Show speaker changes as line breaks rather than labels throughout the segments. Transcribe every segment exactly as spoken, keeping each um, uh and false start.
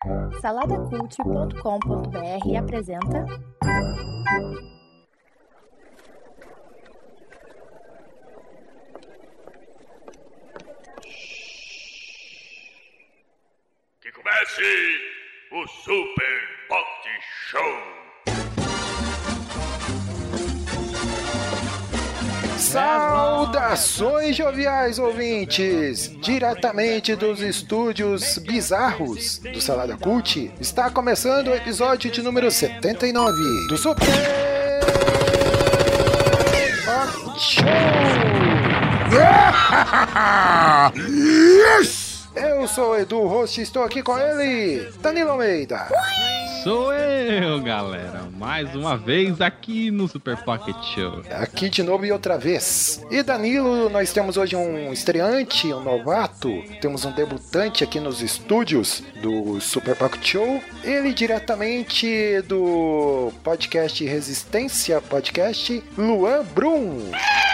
salada cult ponto com ponto b r apresenta
Que comece o Super Pot Show!
Saudações joviais ouvintes! Diretamente dos estúdios bizarros do Salada Cult, está começando o episódio de número setenta e nove do Super Pot Show! Yes! Eu sou o Edu, host, e estou aqui com ele, Danilo Almeida.
Sou eu, galera, mais uma vez aqui no Super Pocket Show.
Aqui de novo e outra vez. E Danilo, nós temos hoje um estreante, um novato. Temos um debutante aqui nos estúdios do Super Pocket Show. Ele diretamente do podcast Resistência Podcast, Luan Brum.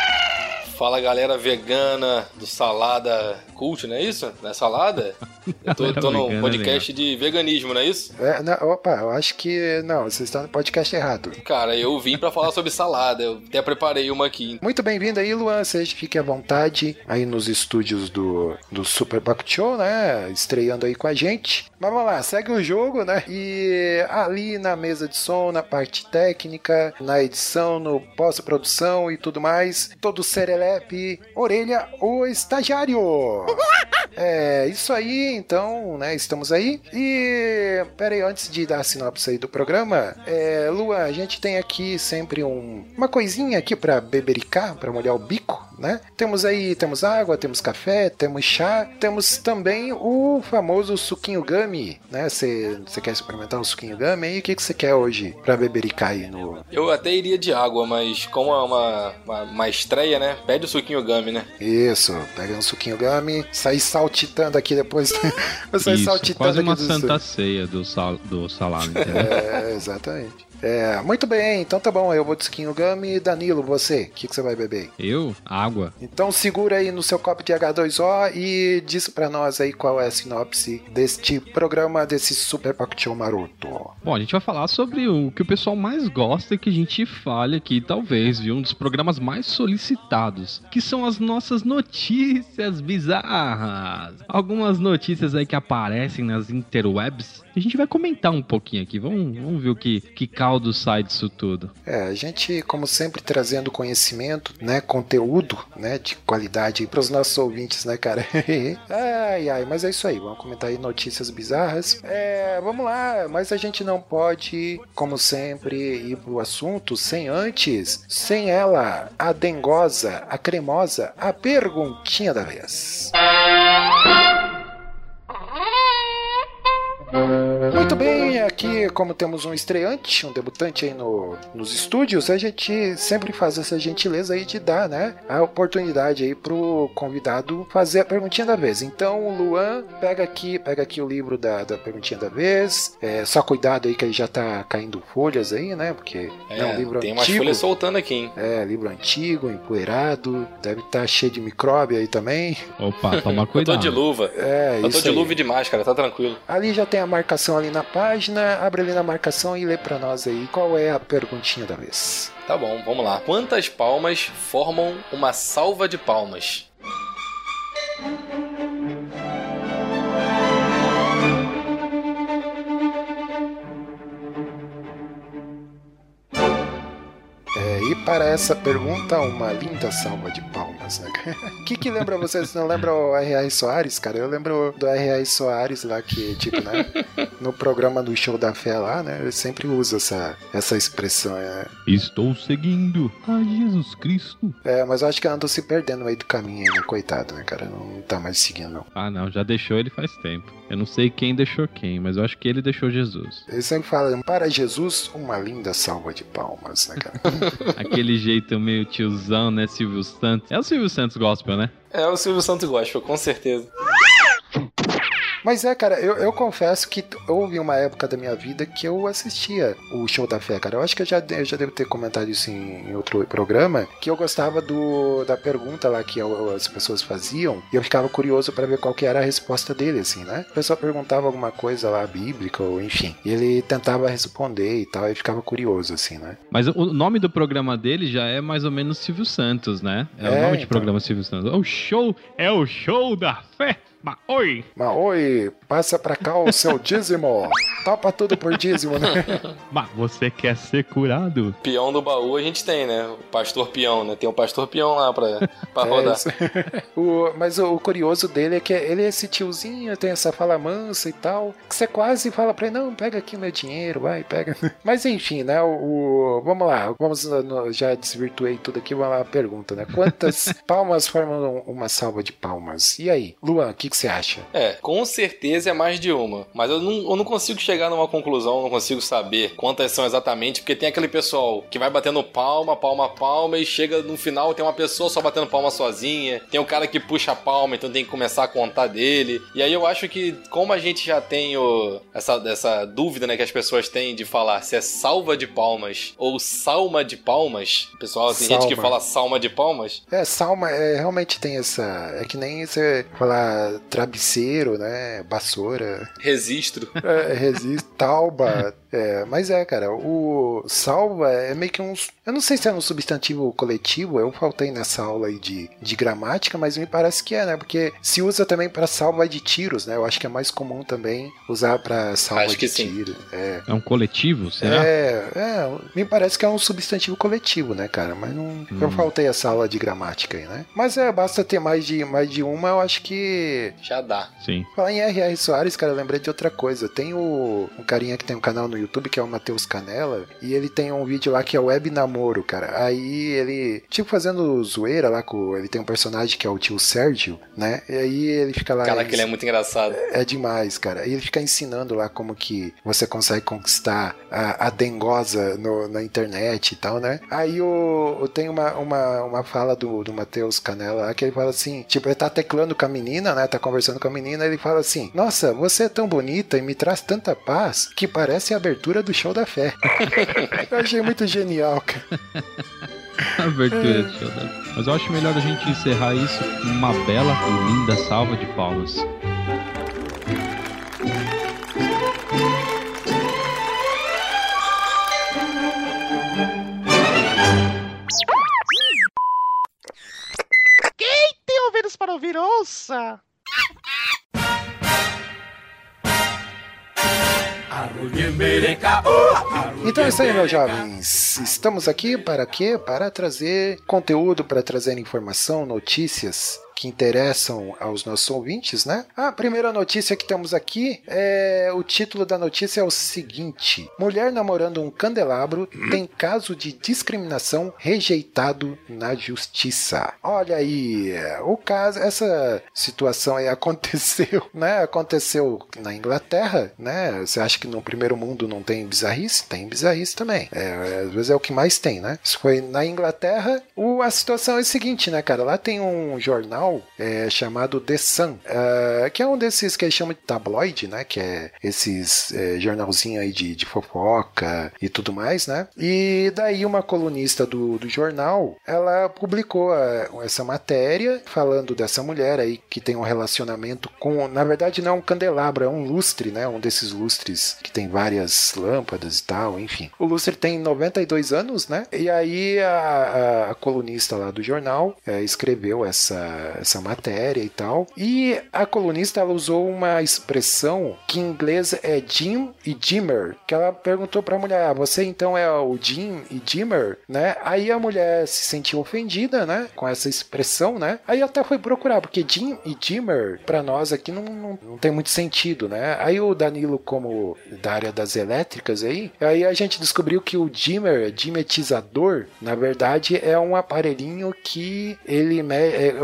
Fala, galera vegana do Salada Cult, não é isso? Não é salada? Eu tô, tô num podcast de veganismo, não é isso?
É, não, opa, eu acho que não, você está no podcast errado.
Cara, eu vim pra falar sobre salada, eu até preparei uma aqui.
Muito bem-vindo aí, Luan, seja, fique à vontade aí nos estúdios do, do Super Pocket Show, né? Estreando aí com a gente. Mas vamos lá, segue o jogo, né? E ali na mesa de som, na parte técnica, na edição, no pós-produção e tudo mais, todo serelepe, orelha, o estagiário. É, isso aí, então, né, estamos aí. E, pera aí, antes de dar a sinopse aí do programa, é, Luan, a gente tem aqui sempre um, uma coisinha aqui pra bebericar, pra molhar o bico, né? Temos aí, temos água, temos café, temos chá, temos também o famoso suquinho gummy, né? Você quer experimentar um suquinho gummy aí? O que você quer hoje pra bebericar aí no...
Eu até iria de água, mas como é uma, uma, uma estreia, né? Pede o suquinho gummy, né?
Isso, pega um suquinho gummy, sai saltitando aqui depois. Sai
Isso,
saltitando
quase uma
aqui do
santa
sul.
ceia do, sal, do salame, entendeu?
É, exatamente. É, muito bem, então tá bom, eu vou de suquinho gummy. Danilo, você, o que, que você vai beber?
Eu? Água.
Então segura aí no seu copo de agá dois ó e diz pra nós aí qual é a sinopse deste programa, desse Super Pocket Show maroto.
Bom, a gente vai falar sobre o que o pessoal mais gosta e que a gente fale aqui, talvez, viu? Um dos programas mais solicitados, que são as nossas notícias bizarras. Algumas notícias aí que aparecem nas interwebs. A gente vai comentar um pouquinho aqui, vamos, vamos ver o que, que caldo sai disso tudo.
É, a gente, como sempre, trazendo conhecimento, né, conteúdo, né, de qualidade para os nossos ouvintes, né, cara? Ai, ai, mas é isso aí, vamos comentar aí notícias bizarras. É, vamos lá, mas a gente não pode, como sempre, ir pro assunto sem antes, sem ela, a dengosa, a cremosa, a perguntinha da vez. Muito bem, aqui como temos um estreante, um debutante aí no, nos estúdios, a gente sempre faz essa gentileza aí de dar, né, a oportunidade aí pro convidado fazer a perguntinha da vez. Então o Luan pega aqui, pega aqui o livro da, da perguntinha da vez, é, só cuidado aí que ele já tá caindo folhas aí, né, porque
é,
é um livro
tem
antigo.
umas folhas soltando aqui, hein?
É, livro antigo, empoeirado, deve estar tá cheio de micróbio aí também.
Opa, toma cuidado.
Eu tô de luva,
é,
eu tô de
aí.
luva e de máscara, tá tranquilo.
Ali já tem a marcação ali na página, abre ali na marcação e lê pra nós aí qual é a perguntinha da vez.
Tá bom, vamos lá. Quantas palmas formam uma salva de palmas?
É, e para essa pergunta, uma linda salva de palmas, né? O que que lembra você? Você não lembra o R A Soares, cara? Eu lembro do R A Soares lá que, tipo, né? No programa do Show da Fé lá, né? Ele sempre usa essa, essa expressão, né?
Estou seguindo a Jesus Cristo.
É, mas eu acho que ela andou se perdendo no meio do caminho, né? Coitado, né, cara? Não tá mais seguindo, não.
Ah, não, já deixou ele faz tempo. Eu não sei quem deixou quem, mas eu acho que ele deixou Jesus.
Ele sempre fala, para Jesus, uma linda salva de palmas, né, cara?
Aquele jeito meio tiozão, né, Silvio Santos. É o Silvio Santos gospel, né?
É o Silvio Santos Gospel, com certeza.
Mas é, cara, eu, eu confesso que houve uma época da minha vida que eu assistia o Show da Fé, cara. Eu acho que eu já, eu já devo ter comentado isso em, em outro programa, que eu gostava do, da pergunta lá que eu, as pessoas faziam, e eu ficava curioso pra ver qual que era a resposta dele, assim, né? A pessoa perguntava alguma coisa lá, bíblica, ou enfim, e ele tentava responder e tal, e ficava curioso, assim, né?
Mas o nome do programa dele já é mais ou menos Silvio Santos, né? É, é o nome então. de programa Silvio Santos. O show é o Show da Fé. Mas oi!
Mas oi, passa pra cá o seu dízimo. Topa tudo por dízimo, né?
Mas você quer ser curado?
Peão do baú a gente tem, né? O pastor peão, né? Tem um pastor peão lá pra, pra é rodar.
o, mas o, o curioso dele é que ele é esse tiozinho, tem essa fala mansa e tal, que você quase fala pra ele, não, pega aqui meu dinheiro, vai, pega. Mas enfim, né? O, o, vamos lá, vamos no, já desvirtuei tudo aqui, vamos lá, pergunta, né? Quantas palmas formam uma salva de palmas? E aí, Luan, o que que você acha?
É, com certeza é mais de uma. Mas eu não, eu não consigo chegar numa conclusão, não consigo saber quantas são exatamente, porque tem aquele pessoal que vai batendo palma, palma, palma, e chega no final tem uma pessoa só batendo palma sozinha, tem o cara que puxa a palma, então tem que começar a contar dele. E aí eu acho que, como a gente já tem o, essa, essa dúvida, né, que as pessoas têm de falar se é salva de palmas ou salma de palmas, pessoal, tem salma. Gente que fala salma de palmas.
É, salma, é, realmente tem essa... É que nem você falar travesseiro, né? Vassoura.
Registro.
É, registro, tauba. É, mas é, cara, o salva é meio que um... Eu não sei se é um substantivo coletivo, eu faltei nessa aula aí de, de gramática, mas me parece que é, né? Porque se usa também para salva de tiros, né? Eu acho que é mais comum também usar para salva
acho
de
que
tiro. É.
é um coletivo, será?
É, é, me parece que é um substantivo coletivo, né, cara? Mas não... Hum. Eu faltei essa aula de gramática aí, né? Mas é, basta ter mais de, mais de uma, eu acho que...
Já dá.
Sim.
Falar em R R. Soares, cara, eu lembrei de outra coisa. Tem o um carinha que tem um canal no YouTube, que é o Matheus Canella, e ele tem um vídeo lá que é Web Namoro, cara. Aí ele, tipo, fazendo zoeira lá com... Ele tem um personagem que é o tio Sérgio, né? E aí ele fica lá...
Cara, que ele é muito engraçado.
É demais, cara. E ele fica ensinando lá como que você consegue conquistar a, a dengosa no, na internet e tal, né? Aí o, tem uma, uma, uma fala do, do Matheus Canella lá, que ele fala assim, tipo, ele tá teclando com a menina, né? Tá conversando com a menina, ele fala assim, nossa, você é tão bonita e me traz tanta paz que parece a abertura do Show da Fé. Eu achei muito genial, cara.
Abertura do Show da Fé. Mas eu acho melhor a gente encerrar isso com uma bela e linda salva de palmas.
Quem tem ouvidos para ouvir, ouça!
Então é isso aí, meus jovens. Estamos aqui para quê? Para trazer conteúdo, para trazer informação, notícias que interessam aos nossos ouvintes, né? A primeira notícia que temos aqui é... O título da notícia é o seguinte: mulher namorando um candelabro tem caso de discriminação rejeitado na justiça. Olha aí, o caso, essa situação aí aconteceu, né? Aconteceu na Inglaterra, né? Você acha que no primeiro mundo não tem bizarrice? Tem bizarrice também. É, às vezes é o que mais tem, né? Isso foi na Inglaterra. O, a situação é a seguinte, né, cara? Lá tem um jornal É, chamado The Sun, uh, que é um desses que eles chamam de tabloide, né, que é esses é, jornalzinho aí de, de fofoca e tudo mais, né, e daí uma colunista do, do jornal, ela publicou a, essa matéria falando dessa mulher aí que tem um relacionamento com, na verdade não é um candelabro, é um lustre, né, um desses lustres que tem várias lâmpadas e tal, enfim. O lustre tem noventa e dois anos, né, e aí a, a, a colunista lá do jornal é, escreveu essa essa matéria e tal, e a colunista ela usou uma expressão que em inglês é Jim e Jimmer, que ela perguntou pra mulher, ah, você então é o Jim e Jimmer, né? Aí a mulher se sentiu ofendida, né, com essa expressão, né? Aí até foi procurar, porque Jim e Jimmer pra nós aqui não, não, não tem muito sentido, né? Aí o Danilo, como da área das elétricas aí, aí a gente descobriu que o Jimmer, dimetizador, na verdade é um aparelhinho que ele, é, o que que ele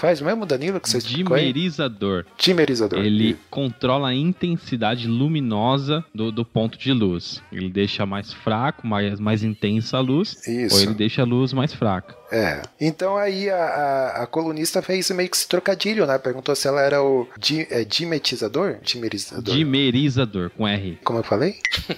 faz mesmo, Danilo? Que você
Dimerizador.
Dimerizador.
Ele
E...
controla a intensidade luminosa do, do ponto de luz. Ele deixa mais fraco, mais, mais intensa a luz.
Isso.
Ou ele deixa a luz mais fraca.
É. Então aí a, a, a colunista fez meio que esse trocadilho, né? Perguntou se ela era o di, é, dimetizador? Dimerizador.
Dimerizador, com R.
Como eu falei?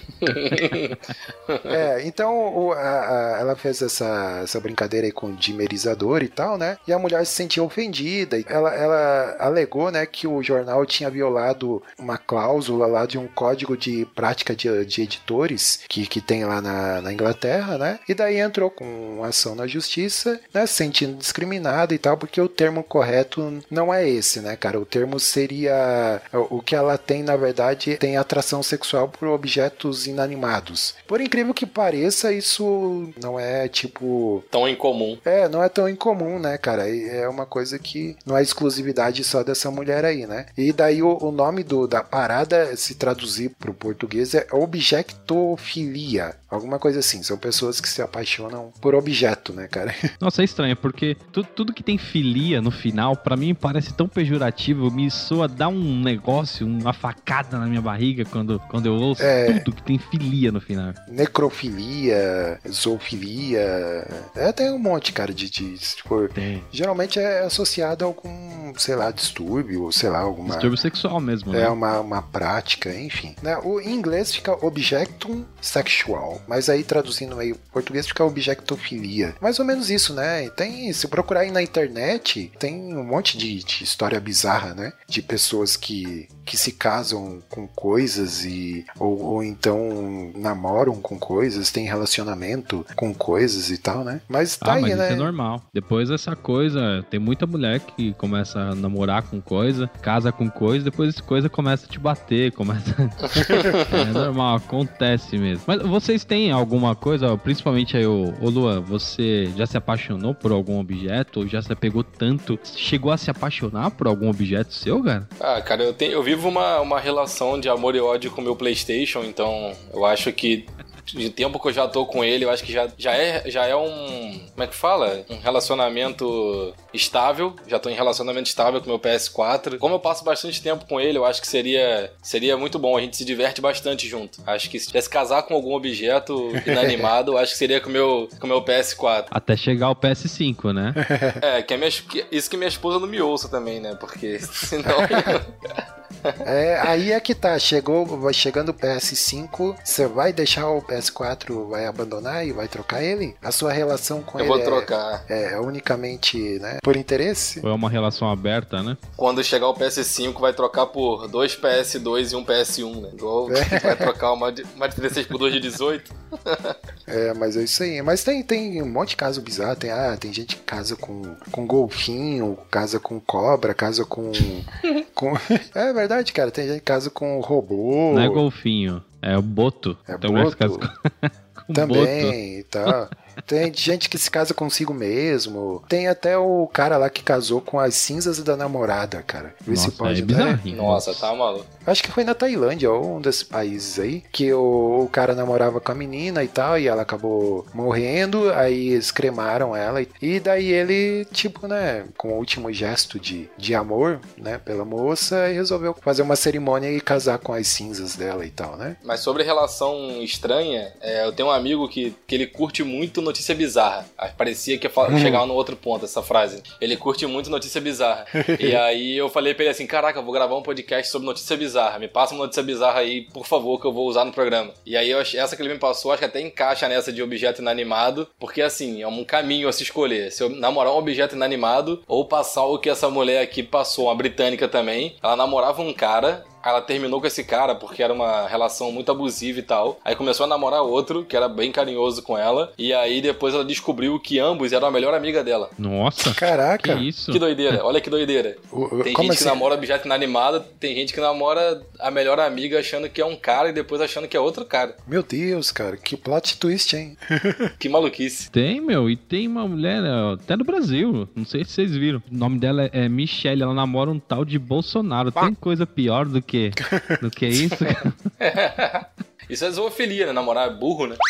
É, então o, a, a, ela fez essa, essa brincadeira aí com dimerizador e tal, né? E a mulher se sentiu ofendida. Ela, ela alegou, né, que o jornal tinha violado uma cláusula lá de um código de prática de, de editores que, que tem lá na, na Inglaterra, né? E daí entrou com uma ação na justiça, né, se sentindo discriminada e tal, porque o termo correto não é esse, né, cara? O termo seria... O que ela tem, na verdade, tem atração sexual por objetos inanimados. Por incrível que pareça, isso não é, tipo...
Tão incomum.
É, não é tão incomum, né, cara? É uma coisa que não é exclusividade só dessa mulher aí, né? E daí o, o nome do, da parada, se traduzir pro português, é objectofilia. Alguma coisa assim. São pessoas que se apaixonam por objeto, né, cara?
Nossa, é estranho, porque tu, tudo que tem filia no final, pra mim parece tão pejorativo, me soa dar um negócio, uma facada na minha barriga quando, quando eu ouço
É.
tudo que tem filia no final.
Necrofilia, zoofilia... É, tem um monte, cara, de... de tipo,
Tem.
geralmente é associado a algum, sei lá, distúrbio, sei lá, alguma...
Distúrbio sexual mesmo,
É
né?
uma, uma prática, enfim. Né? O, em inglês fica objectum sexual, mas aí traduzindo meio português fica objectofilia. Mais ou menos isso, né? Tem, se procurar aí na internet, tem um monte de, de história bizarra, né? De pessoas que, que se casam com coisas e ou, ou então namoram com coisas, tem relacionamento com coisas e tal, né? Mas tá
Ah,
aí,
mas
né?
isso é normal. Depois essa coisa, tem muita mulher que começa a namorar com coisa, casa com coisa, depois essa coisa começa a te bater, começa... É normal, acontece mesmo. Mas vocês têm alguma coisa, principalmente aí, ô, ô Lua, você já se apaixonou por algum objeto, ou já se apegou tanto, chegou a se apaixonar por algum objeto seu, cara?
Ah, cara, eu, tenho, eu vivo uma, uma relação de amor e ódio com o meu PlayStation, então eu acho que de tempo que eu já tô com ele, eu acho que já, já, é, já é um... Como é que fala? Um relacionamento estável. Já tô em relacionamento estável com o meu P S quatro. Como eu passo bastante tempo com ele, eu acho que seria, seria muito bom. A gente se diverte bastante junto. Acho que se tivesse casar com algum objeto inanimado, eu acho que seria com o meu, com o meu P S quatro.
Até chegar ao P S cinco, né?
É, que é minha, que- isso que minha esposa não me ouça também, né? Porque senão...
É, aí é que tá, chegou, vai chegando o P S cinco, você vai deixar o P S quatro, vai abandonar e vai trocar ele? A sua relação com
eu
ele
vou
é-
trocar.
É, é unicamente, né, por interesse?
Ou é uma relação aberta, né?
Quando chegar o P S cinco, vai trocar por dois P S dois e um P S um, né? Igual vai trocar uma de, uma de dezesseis por dois de dezoito.
É, mas é isso aí. Mas tem, tem um monte de caso bizarro. Tem, ah, tem gente que casa com, com golfinho, casa com cobra, casa com... com... É verdade, cara. Tem gente que casa com robô.
Não é golfinho, é o boto.
É
Tem mulher que se
boto.
casa com, com boto.
Também e tal. Tem gente que se casa consigo mesmo. Tem até o cara lá que casou com as cinzas da namorada, cara. Vê se
Nossa,
pode,
é
né?
bizarrinho.
Nossa, tá maluco.
Acho que foi na Tailândia, ou um desses países aí, que o, o cara namorava com a menina e tal, e ela acabou morrendo, aí eles cremaram ela, e, e daí ele, tipo, né, com o último gesto de, de amor, né, pela moça, resolveu fazer uma cerimônia e casar com as cinzas dela e tal, né?
Mas sobre relação estranha, é, eu tenho um amigo que, que ele curte muito notícia bizarra. Ah, parecia que ia falar- chegar no outro ponto essa frase. Ele curte muito notícia bizarra. E aí eu falei pra ele assim, caraca, eu vou gravar um podcast sobre notícia bizarra. Me passa uma notícia bizarra aí, por favor, que eu vou usar no programa. E aí eu ach- essa que ele me passou, acho que até encaixa nessa de objeto inanimado, porque assim, é um caminho a se escolher. Se eu namorar um objeto inanimado, ou passar o que essa mulher aqui passou, uma britânica também. Ela namorava um cara... Ela terminou com esse cara porque era uma relação muito abusiva e tal. Aí começou a namorar outro, que era bem carinhoso com ela. E aí depois ela descobriu que ambos eram a melhor amiga dela.
Nossa, que
Caraca!
isso?
Que doideira, olha que doideira.
O- o-
Tem
como
gente
assim?
que namora objeto inanimado, tem gente que namora a melhor amiga achando que é um cara e depois achando que é outro cara.
Meu Deus, cara, que plot twist, hein?
Que maluquice.
Tem, meu, e tem uma mulher, ó, até do Brasil, não sei se vocês viram. O nome dela é Michelle, ela namora um tal de Bolsonaro. Tem coisa pior do que, do que isso?
Isso é zoofilia, né? Namorar é burro, né?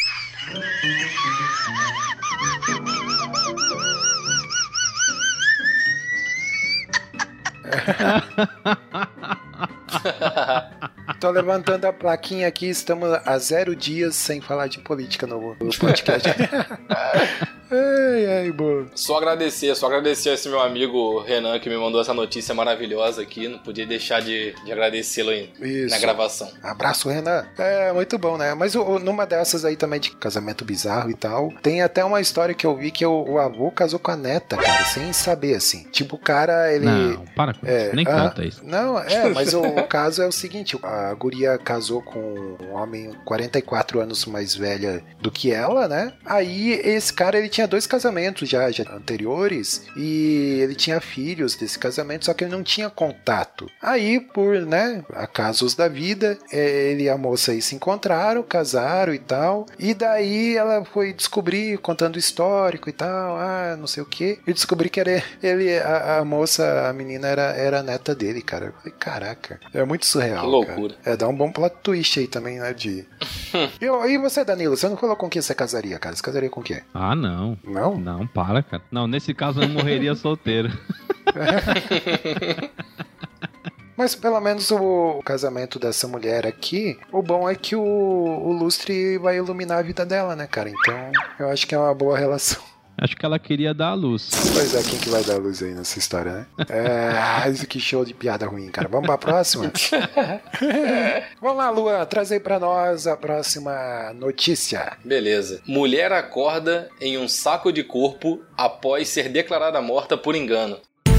Tô levantando a plaquinha aqui, estamos há zero dias sem falar de política no, no podcast. Ai, ai, boa.
Só agradecer, só agradecer a esse meu amigo Renan que me mandou essa notícia maravilhosa aqui. Não podia deixar de, de agradecê-lo aí na gravação.
Abraço, Renan. É, muito bom, né? Mas o, numa dessas aí também de casamento bizarro e tal, tem até uma história que eu vi que o, o avô casou com a neta, cara, sem saber, assim. Tipo, o cara, ele...
Não, para com
é,
isso. Nem
ah,
conta isso.
Não, é, mas o, o caso é o seguinte, a guria casou com um homem quarenta e quatro anos mais velha do que ela, né? Aí esse cara, ele tinha dois casamentos já, já anteriores e ele tinha filhos desse casamento, só que ele não tinha contato. Aí, por, né, acasos da vida, ele e a moça aí se encontraram, casaram e tal, e daí ela foi descobrir, contando o histórico e tal, ah, não sei o que, e descobri que era ele, a, a moça, a menina era, era a neta dele, cara. Eu falei, caraca, é muito surreal,
que loucura.
Cara. É, dá um bom plot twist aí também, né, de... e, e você, Danilo, você não falou com quem você casaria, cara? Você casaria com quem?
Ah, não.
Não?
Não, para, cara. Não, nesse caso eu morreria solteiro.
Mas pelo menos o casamento dessa mulher aqui, o bom é que o, o lustre vai iluminar a vida dela, né, cara? Então eu acho que é uma boa relação.
Acho que ela queria dar a luz.
Pois é, quem que vai dar a luz aí nessa história, né? É, isso que show de piada ruim, cara. Vamos pra próxima? Vamos lá, Luan, traz aí pra nós a próxima notícia.
Beleza. Mulher acorda em um saco de corpo após ser declarada morta por engano.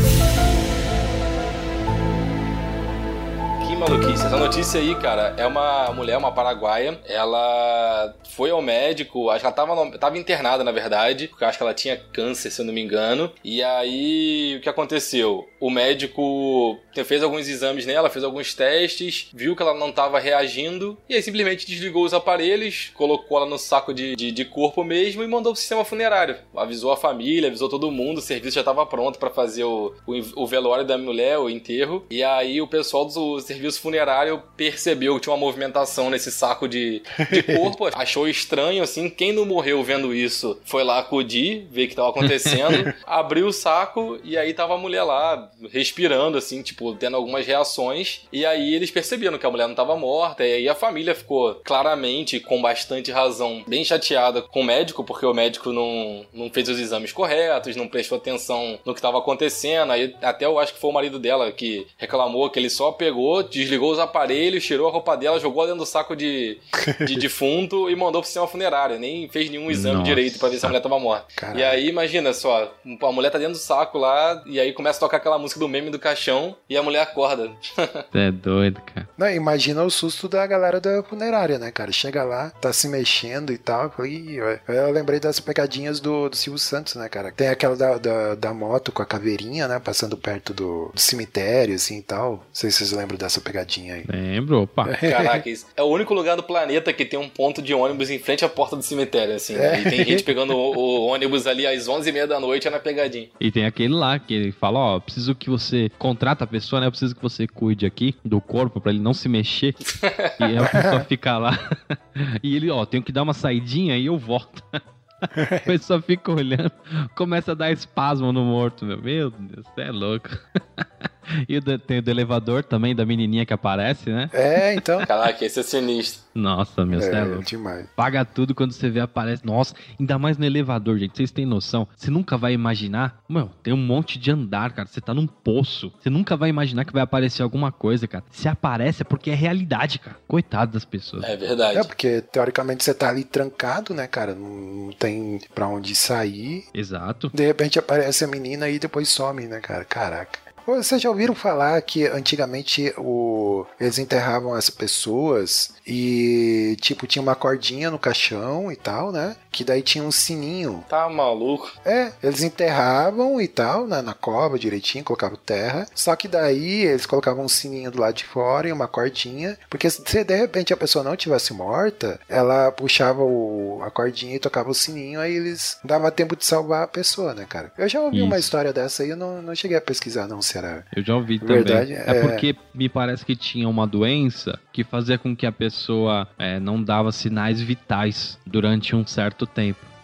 Que maluquice. Essa notícia aí, cara, é uma mulher, uma paraguaia. Ela foi ao médico, acho que ela tava, no, tava internada, na verdade, porque eu acho que ela tinha câncer, se eu não me engano. E aí, o que aconteceu? O médico fez alguns exames nela, fez alguns testes, viu que ela não tava reagindo, e aí simplesmente desligou os aparelhos, colocou ela no saco de, de, de corpo mesmo e mandou pro sistema funerário. Avisou a família, avisou todo mundo, o serviço já tava pronto pra fazer o, o, o velório da mulher, o enterro. E aí o pessoal do serviço funerário percebeu que tinha uma movimentação nesse saco de, de corpo, achou estranho, assim, quem não morreu vendo isso foi lá acudir, ver o que tava acontecendo, abriu o saco e aí tava a mulher lá, respirando, assim, tipo, tendo algumas reações, e aí eles perceberam que a mulher não tava morta, e aí a família ficou claramente, com bastante razão, bem chateada com o médico, porque o médico não, não fez os exames corretos, não prestou atenção no que tava acontecendo, aí até eu acho que foi o marido dela que reclamou que ele só pegou, desligou os aparelhos, tirou a roupa dela, jogou dentro do saco de, de defunto e mandou pro sistema funerário, nem fez nenhum exame
Nossa.
direito pra ver se a mulher tava morta.
Caralho.
E aí, imagina só, a mulher tá dentro do saco lá, e aí começa a tocar aquela música do meme do caixão, e a mulher acorda.
Você é doido, cara.
Não, imagina o susto da galera da funerária, né, cara? Chega lá, tá se mexendo e tal. Ih, eu lembrei das pegadinhas do, do Silvio Santos, né, cara? Tem aquela da, da, da moto com a caveirinha, né? Passando perto do, do cemitério, assim e tal. Não sei se vocês lembram dessa pegadinha aí.
Lembro, opa.
Caraca, isso é o único lugar do planeta que tem um ponto de ônibus em frente à porta do cemitério, assim.
É.
E tem gente pegando o, o ônibus ali às onze e meia da noite, é na pegadinha.
E tem aquele lá que ele fala, ó, preciso que você contrata a pessoa, né? Eu preciso que você cuide aqui do corpo pra ele não se mexer. E aí a pessoa fica lá. E ele, ó, tenho que dar uma saidinha e eu volto. A pessoa fica olhando, começa a dar espasmo no morto, meu. Meu Deus, você é louco. E tem o do elevador também, da menininha que aparece, né?
É, então.
Caraca, esse é sinistro.
Nossa, meu, você é,
É,
louco.
demais.
Paga tudo quando você vê aparece. Nossa, ainda mais no elevador, gente. Vocês têm noção? Você nunca vai imaginar. Meu, tem um monte de andar, cara. Você tá num poço. Você nunca vai imaginar que vai aparecer alguma coisa, cara. Se aparece é porque é realidade, cara. Coitado das pessoas.
É verdade.
É, porque teoricamente você tá ali trancado, né, cara? Não, não tem pra onde sair.
Exato.
De repente aparece a menina e depois some, né, cara? Caraca. Vocês já ouviram falar que antigamente o... eles enterravam as pessoas e, tipo, tinha uma cordinha no caixão e tal, né? Que daí tinha um sininho.
Tá maluco?
É, eles enterravam e tal, na, na cova direitinho, colocavam terra. Só que daí eles colocavam um sininho do lado de fora e uma cordinha. Porque se de repente a pessoa não tivesse morta, ela puxava o, a cordinha e tocava o sininho, aí eles dava tempo de salvar a pessoa, né, cara? Eu já ouvi
Isso.
uma história dessa aí, eu não, não cheguei a pesquisar, não, se era...
Eu já ouvi também.
Verdade,
é,
é.
porque me parece que tinha uma doença que fazia com que a pessoa é, não dava sinais vitais durante um certo tempo.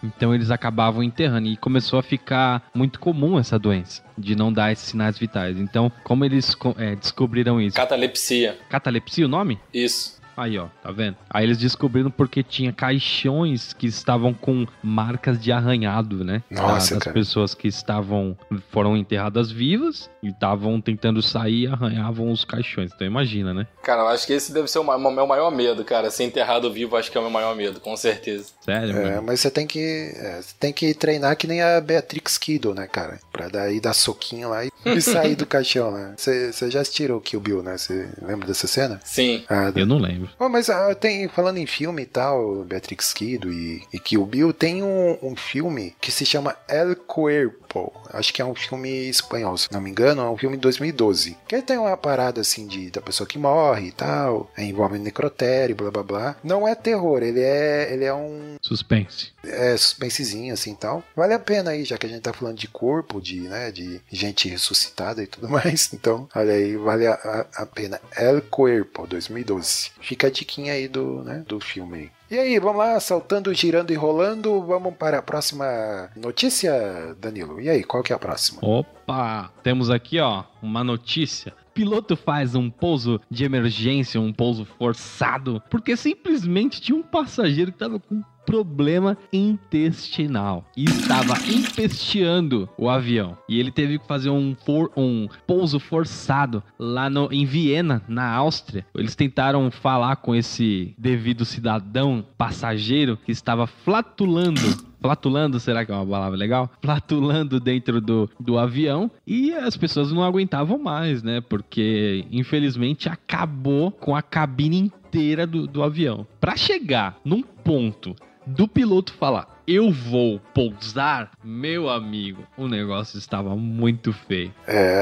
Então eles acabavam enterrando e começou a ficar muito comum essa doença, de não dar esses sinais vitais. Então, como eles é, descobriram isso?
Catalepsia.
Catalepsia o nome?
Isso.
Aí, ó, tá vendo? Aí eles descobriram porque tinha caixões que estavam com marcas de arranhado, né?
Nossa,
da, das
cara.
pessoas que estavam, foram enterradas vivas e estavam tentando sair e arranhavam os caixões. Então imagina, né?
Cara, eu acho que esse deve ser o ma- meu maior medo, cara. Ser enterrado vivo, acho que é o meu maior medo, com certeza.
Sério,
É,
mano?
mas você tem que é, você tem que treinar que nem a Beatrix Kiddo, né, cara? Pra daí dar soquinho lá e, e sair do caixão, né? Você você já assistiu o Kill Bill, né? Você lembra dessa cena?
Sim.
Ah,
Eu não lembro.
Oh, mas ah, tem, falando em filme e tal, Beatrix Kiddo e, e Kill Bill, tem um, um filme que se chama El Cuerpo. Acho que é um filme espanhol, se não me engano, é um filme de dois mil e doze. Que tem uma parada assim de, da pessoa que morre e tal, envolve necrotério, blá blá blá. Não é terror, ele é, ele é um
Suspense.
é, suspensezinho assim e tal. Vale a pena aí, já que a gente tá falando de corpo, de, né, de gente ressuscitada e tudo mais. Então, olha aí, vale a, a, a pena. El Cuerpo, dois mil e doze. Fica a diquinha aí do, né, do filme aí. E aí, vamos lá, saltando, girando e rolando, vamos para a próxima notícia, Danilo. E aí, qual que é a próxima?
Opa! Temos aqui, ó, uma notícia. Piloto faz um pouso de emergência, um pouso forçado, porque simplesmente tinha um passageiro que tava com problema intestinal e estava empesteando o avião. E ele teve que fazer um, for, um pouso forçado lá no, em Viena, na Áustria. Eles tentaram falar com esse devido cidadão passageiro que estava flatulando. Flatulando, será que é uma palavra legal? Flatulando dentro do, do avião e as pessoas não aguentavam mais, né? Porque, infelizmente, acabou com a cabine inteira do, do avião. Para chegar num ponto do piloto falar, eu vou pousar, meu amigo, o negócio estava muito feio.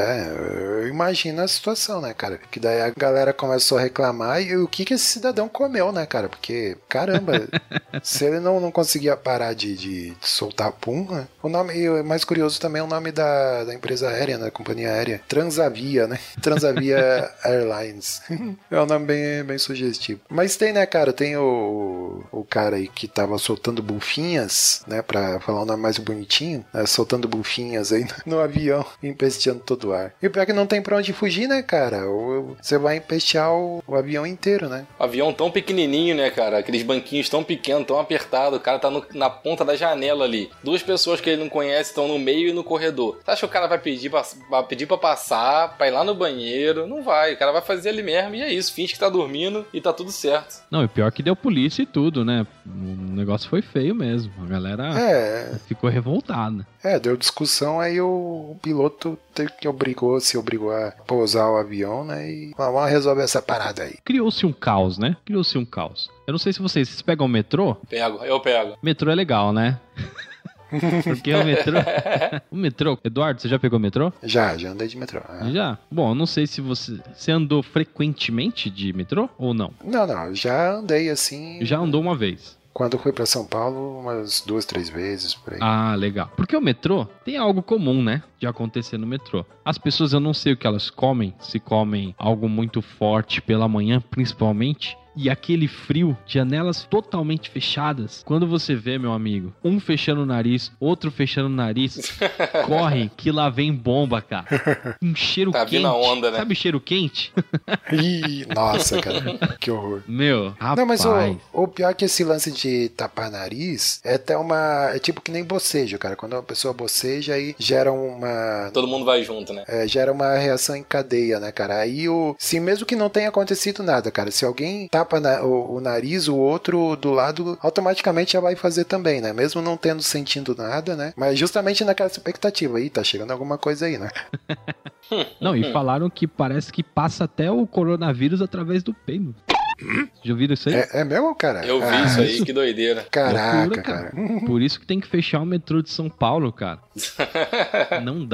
É, eu imagino a situação, né, cara? Que daí a galera começou a reclamar e o que que esse cidadão comeu, né, cara? Porque, caramba, se ele não, não conseguia parar de, de soltar pum, né? O nome, e o mais curioso também é o nome da, da empresa aérea, né, da companhia aérea. Transavia, né? Transavia Airlines. É um nome bem, bem sugestivo. Mas tem, né, cara? Tem o, o cara aí que tava soltando bufinhas, né, pra falar um nome mais bonitinho, né, soltando bufinhas aí no, no avião, empesteando todo o ar. E o pior é que não tem pra onde fugir, né, cara? Ou você vai empestear o, o avião inteiro, né?
O avião tão pequenininho, né, cara? Aqueles banquinhos tão pequenos, tão apertados. O cara tá no- na ponta da janela ali. Duas pessoas que ele não conhece estão no meio e no corredor. Você acha que o cara vai pedir pra, vai pedir pra passar, pra ir lá no banheiro? Não vai. O cara vai fazer ali mesmo e é isso. Finge que tá dormindo e tá tudo certo.
Não, e pior que deu polícia e tudo, né? O negócio foi feio mesmo. A galera
É,
ficou revoltada.
é, deu discussão, aí o, o piloto teve que obrigou, se obrigou a pousar o avião, né, e vamos resolver essa parada aí.
Criou-se um caos, né? Criou-se um caos. Eu não sei se vocês, vocês pegam o metrô?
Pego, eu pego.
Metrô é legal, né? Porque o metrô... O metrô... Eduardo, você já pegou o metrô?
Já, já andei de metrô. É.
Já? Bom, eu não sei se você... Você andou frequentemente de metrô ou não?
Não, não, já andei assim...
Já andou uma vez.
Quando fui pra São Paulo, umas duas, três vezes, por aí.
Ah, legal. Porque o metrô tem algo comum, né? De acontecer no metrô. As pessoas, eu não sei o que elas comem. Se comem algo muito forte pela manhã, principalmente. E aquele frio, janelas totalmente fechadas. Quando você vê, meu amigo, um fechando o nariz, outro fechando o nariz, corre que lá vem bomba, cara. Um cheiro
Tá
quente.
vindo a onda, né?
Sabe o cheiro quente?
Ih, nossa, cara, que horror.
Meu, rapaz.
Não, mas o, o pior é que esse lance de tapar nariz é até uma... É tipo que nem bocejo, cara. Quando uma pessoa boceja, aí gera uma...
Todo mundo vai junto, né?
É, gera uma reação em cadeia, né, cara? Aí, o, se mesmo que não tenha acontecido nada, cara, se alguém tapa na, o, o nariz, o outro do lado automaticamente já vai fazer também, né? Mesmo não tendo sentindo nada, né? Mas justamente naquela expectativa aí, tá chegando alguma coisa aí, né?
Não, e falaram que parece que passa até o coronavírus através do peido. Já ouviram isso aí?
É, é mesmo, cara?
Eu vi
Ah,
isso aí, que doideira.
Caraca,
Loucura,
cara.
Por isso que tem que fechar o metrô de São Paulo, cara. Não dá.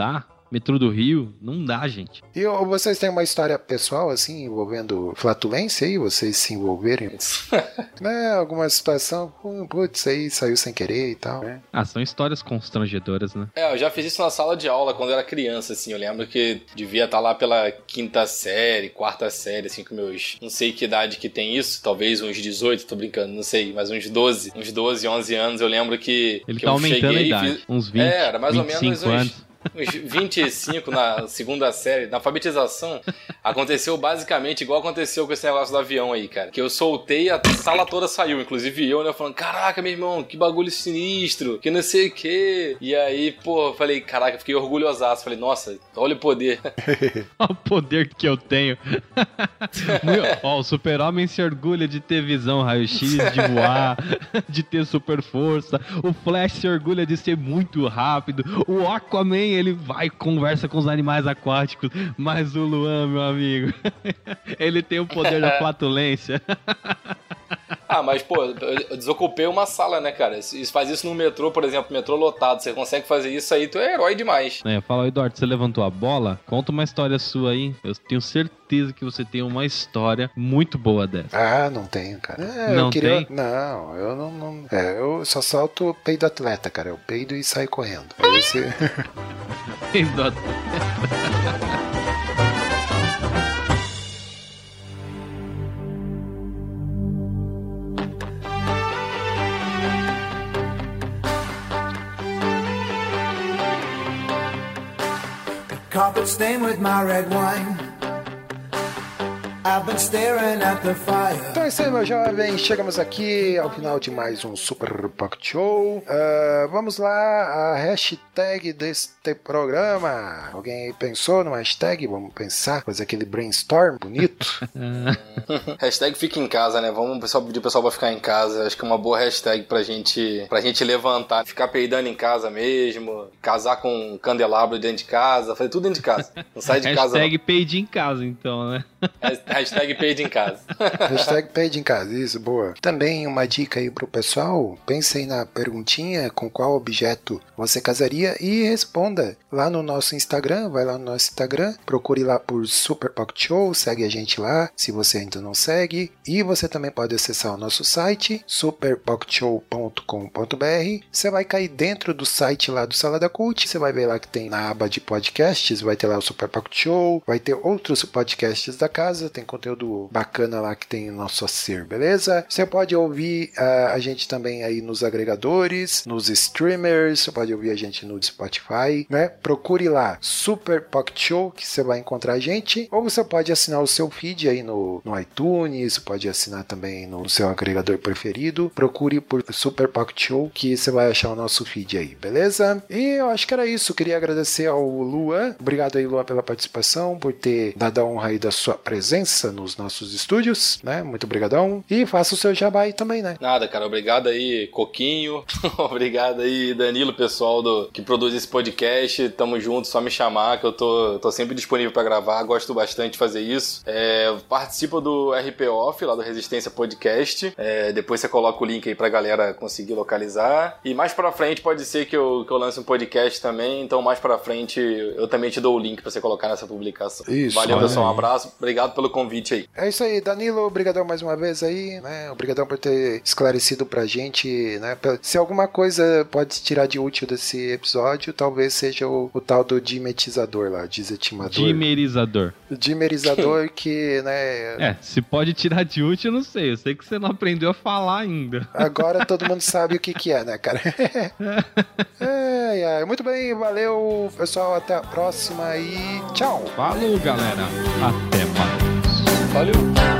Metrô do Rio, não dá, gente.
E ô, vocês têm uma história pessoal, assim, envolvendo flatulência aí? Vocês se envolverem? Né? Alguma situação, hum, putz, aí saiu sem querer e tal, né?
Ah, são histórias constrangedoras, né?
É, eu já fiz isso na sala de aula quando eu era criança, assim. Eu lembro que devia estar lá pela quinta série, quarta série, assim, com meus... Não sei que idade que tem isso, talvez uns dezoito, tô brincando, não sei, mas uns doze, uns doze, onze anos. Eu lembro que,
Ele
que
tá
eu
aumentando
cheguei
a idade,
fiz...
uns vinte,
é, era mais ou
vinte e
menos
cinco
uns...
anos.
uns vinte e cinco na segunda série, na alfabetização, aconteceu basicamente igual aconteceu com esse negócio do avião aí, cara. Que eu soltei, a sala toda saiu, inclusive eu, né, falando, caraca, meu irmão, que bagulho sinistro, que não sei o que. E aí, pô, eu falei, caraca, fiquei orgulhosaço. Falei, nossa, olha o poder.
Olha o poder que eu tenho. Ó, o super-homem se orgulha de ter visão raio-x, de voar, de ter super força. O Flash se orgulha de ser muito rápido. O Aquaman, ele vai e conversa com os animais aquáticos. Mas o Luan, meu amigo, ele tem o poder da flatulência.
Ah, mas, pô, eu desocupei uma sala, né, cara? Se faz isso no metrô, por exemplo, metrô lotado, você consegue fazer isso aí, tu é herói demais.
É, fala, Eduardo, você levantou a bola? Conta uma história sua aí. Eu tenho certeza que você tem uma história muito boa dessa.
Ah, não tenho, cara. É,
não
eu queria...
tem?
Não, eu não... não... É, eu só solto o peido atleta, cara. Eu peido e saio correndo. Aí você...
Eduardo.
Carpet stained with my red wine. I've been staring at the fire.
Então é isso aí, meu jovem. Chegamos aqui ao final de mais um Super Pocket Show. Uh, vamos lá, a hashtag deste programa. Alguém pensou numa hashtag? Vamos pensar, fazer aquele brainstorm bonito.
Hashtag fica em casa, né? Vamos pessoal, pedir o pessoal pra ficar em casa. Acho que é uma boa hashtag pra gente, pra gente levantar. Ficar peidando em casa mesmo. Casar com um candelabro dentro de casa. Fazer tudo dentro de casa. Não sai de casa.
Hashtag peide em casa, então, né?
Hashtag peide em casa.
Hashtag peide em casa, isso, boa. Também uma dica aí pro pessoal. Pense aí na perguntinha com qual objeto você casaria e responda lá no nosso Instagram. Vai lá no nosso Instagram, procure lá por Super Pocket Show, segue a gente lá, se você ainda não segue. E você também pode acessar o nosso site, super pocket show ponto com ponto b r. Você vai cair dentro do site lá do Sala da Cult, você vai ver lá que tem na aba de podcasts, vai ter lá o Super Pocket Show, vai ter outros podcasts da casa, tem conteúdo bacana lá que tem no nosso acervo, beleza? Você pode ouvir uh, a gente também aí nos agregadores, nos streamers, você pode ouvir a gente no Spotify, né? Procure lá Super Pocket Show que você vai encontrar a gente, ou você pode assinar o seu feed aí no, no iTunes, pode assinar também no seu agregador preferido, procure por Super Pocket Show que você vai achar o nosso feed aí, beleza? E eu acho que era isso, queria agradecer ao Luan, obrigado aí Luan pela participação, por ter dado a honra aí da sua presença nos nossos estúdios, né? Muito obrigadão. E faça o seu jabá aí também, né?
Nada, cara. Obrigado aí, Coquinho. Obrigado aí, Danilo, pessoal do, que produz esse podcast. Tamo junto, só me chamar que eu tô, tô sempre disponível pra gravar. Gosto bastante de fazer isso. É, participo do R P Off, lá do Resistência Podcast. É, depois você coloca o link aí pra galera conseguir localizar. E mais pra frente pode ser que eu, que eu lance um podcast também. Então mais pra frente eu também te dou o link pra você colocar nessa publicação.
Isso.
Valeu, pessoal. Um
aí.
abraço. Obrigado pelo convite aí.
É isso aí, Danilo, obrigadão mais uma vez aí, né? Obrigadão por ter esclarecido pra gente, né? Se alguma coisa pode tirar de útil desse episódio, talvez seja o, o tal do dimetizador lá, desetimador.
Dimerizador.
O dimerizador que, né...
É, se pode tirar de útil, eu não sei. Eu sei que você não aprendeu a falar ainda.
Agora todo mundo sabe o que que é, né, cara? é, é. Muito bem, valeu, pessoal. Até a próxima e tchau.
Falou, galera. Até mais.
Valeu.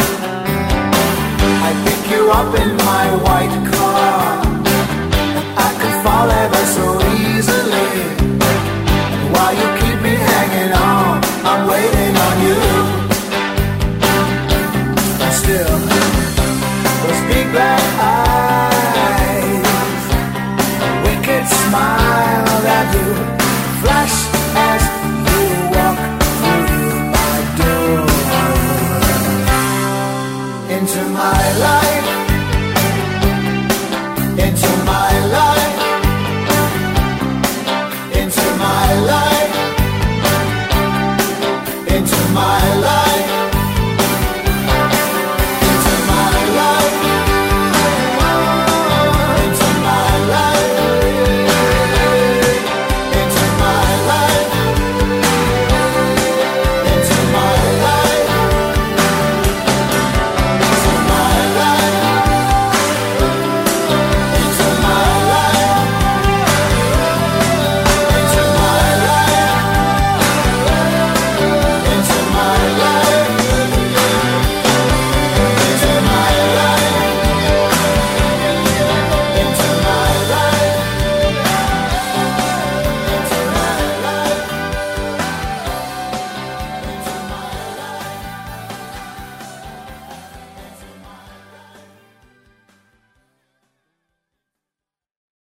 I pick you up in my white car. I could fall ever so easily. While you keep me hanging on, I'm waiting on you. And still, those big black eyes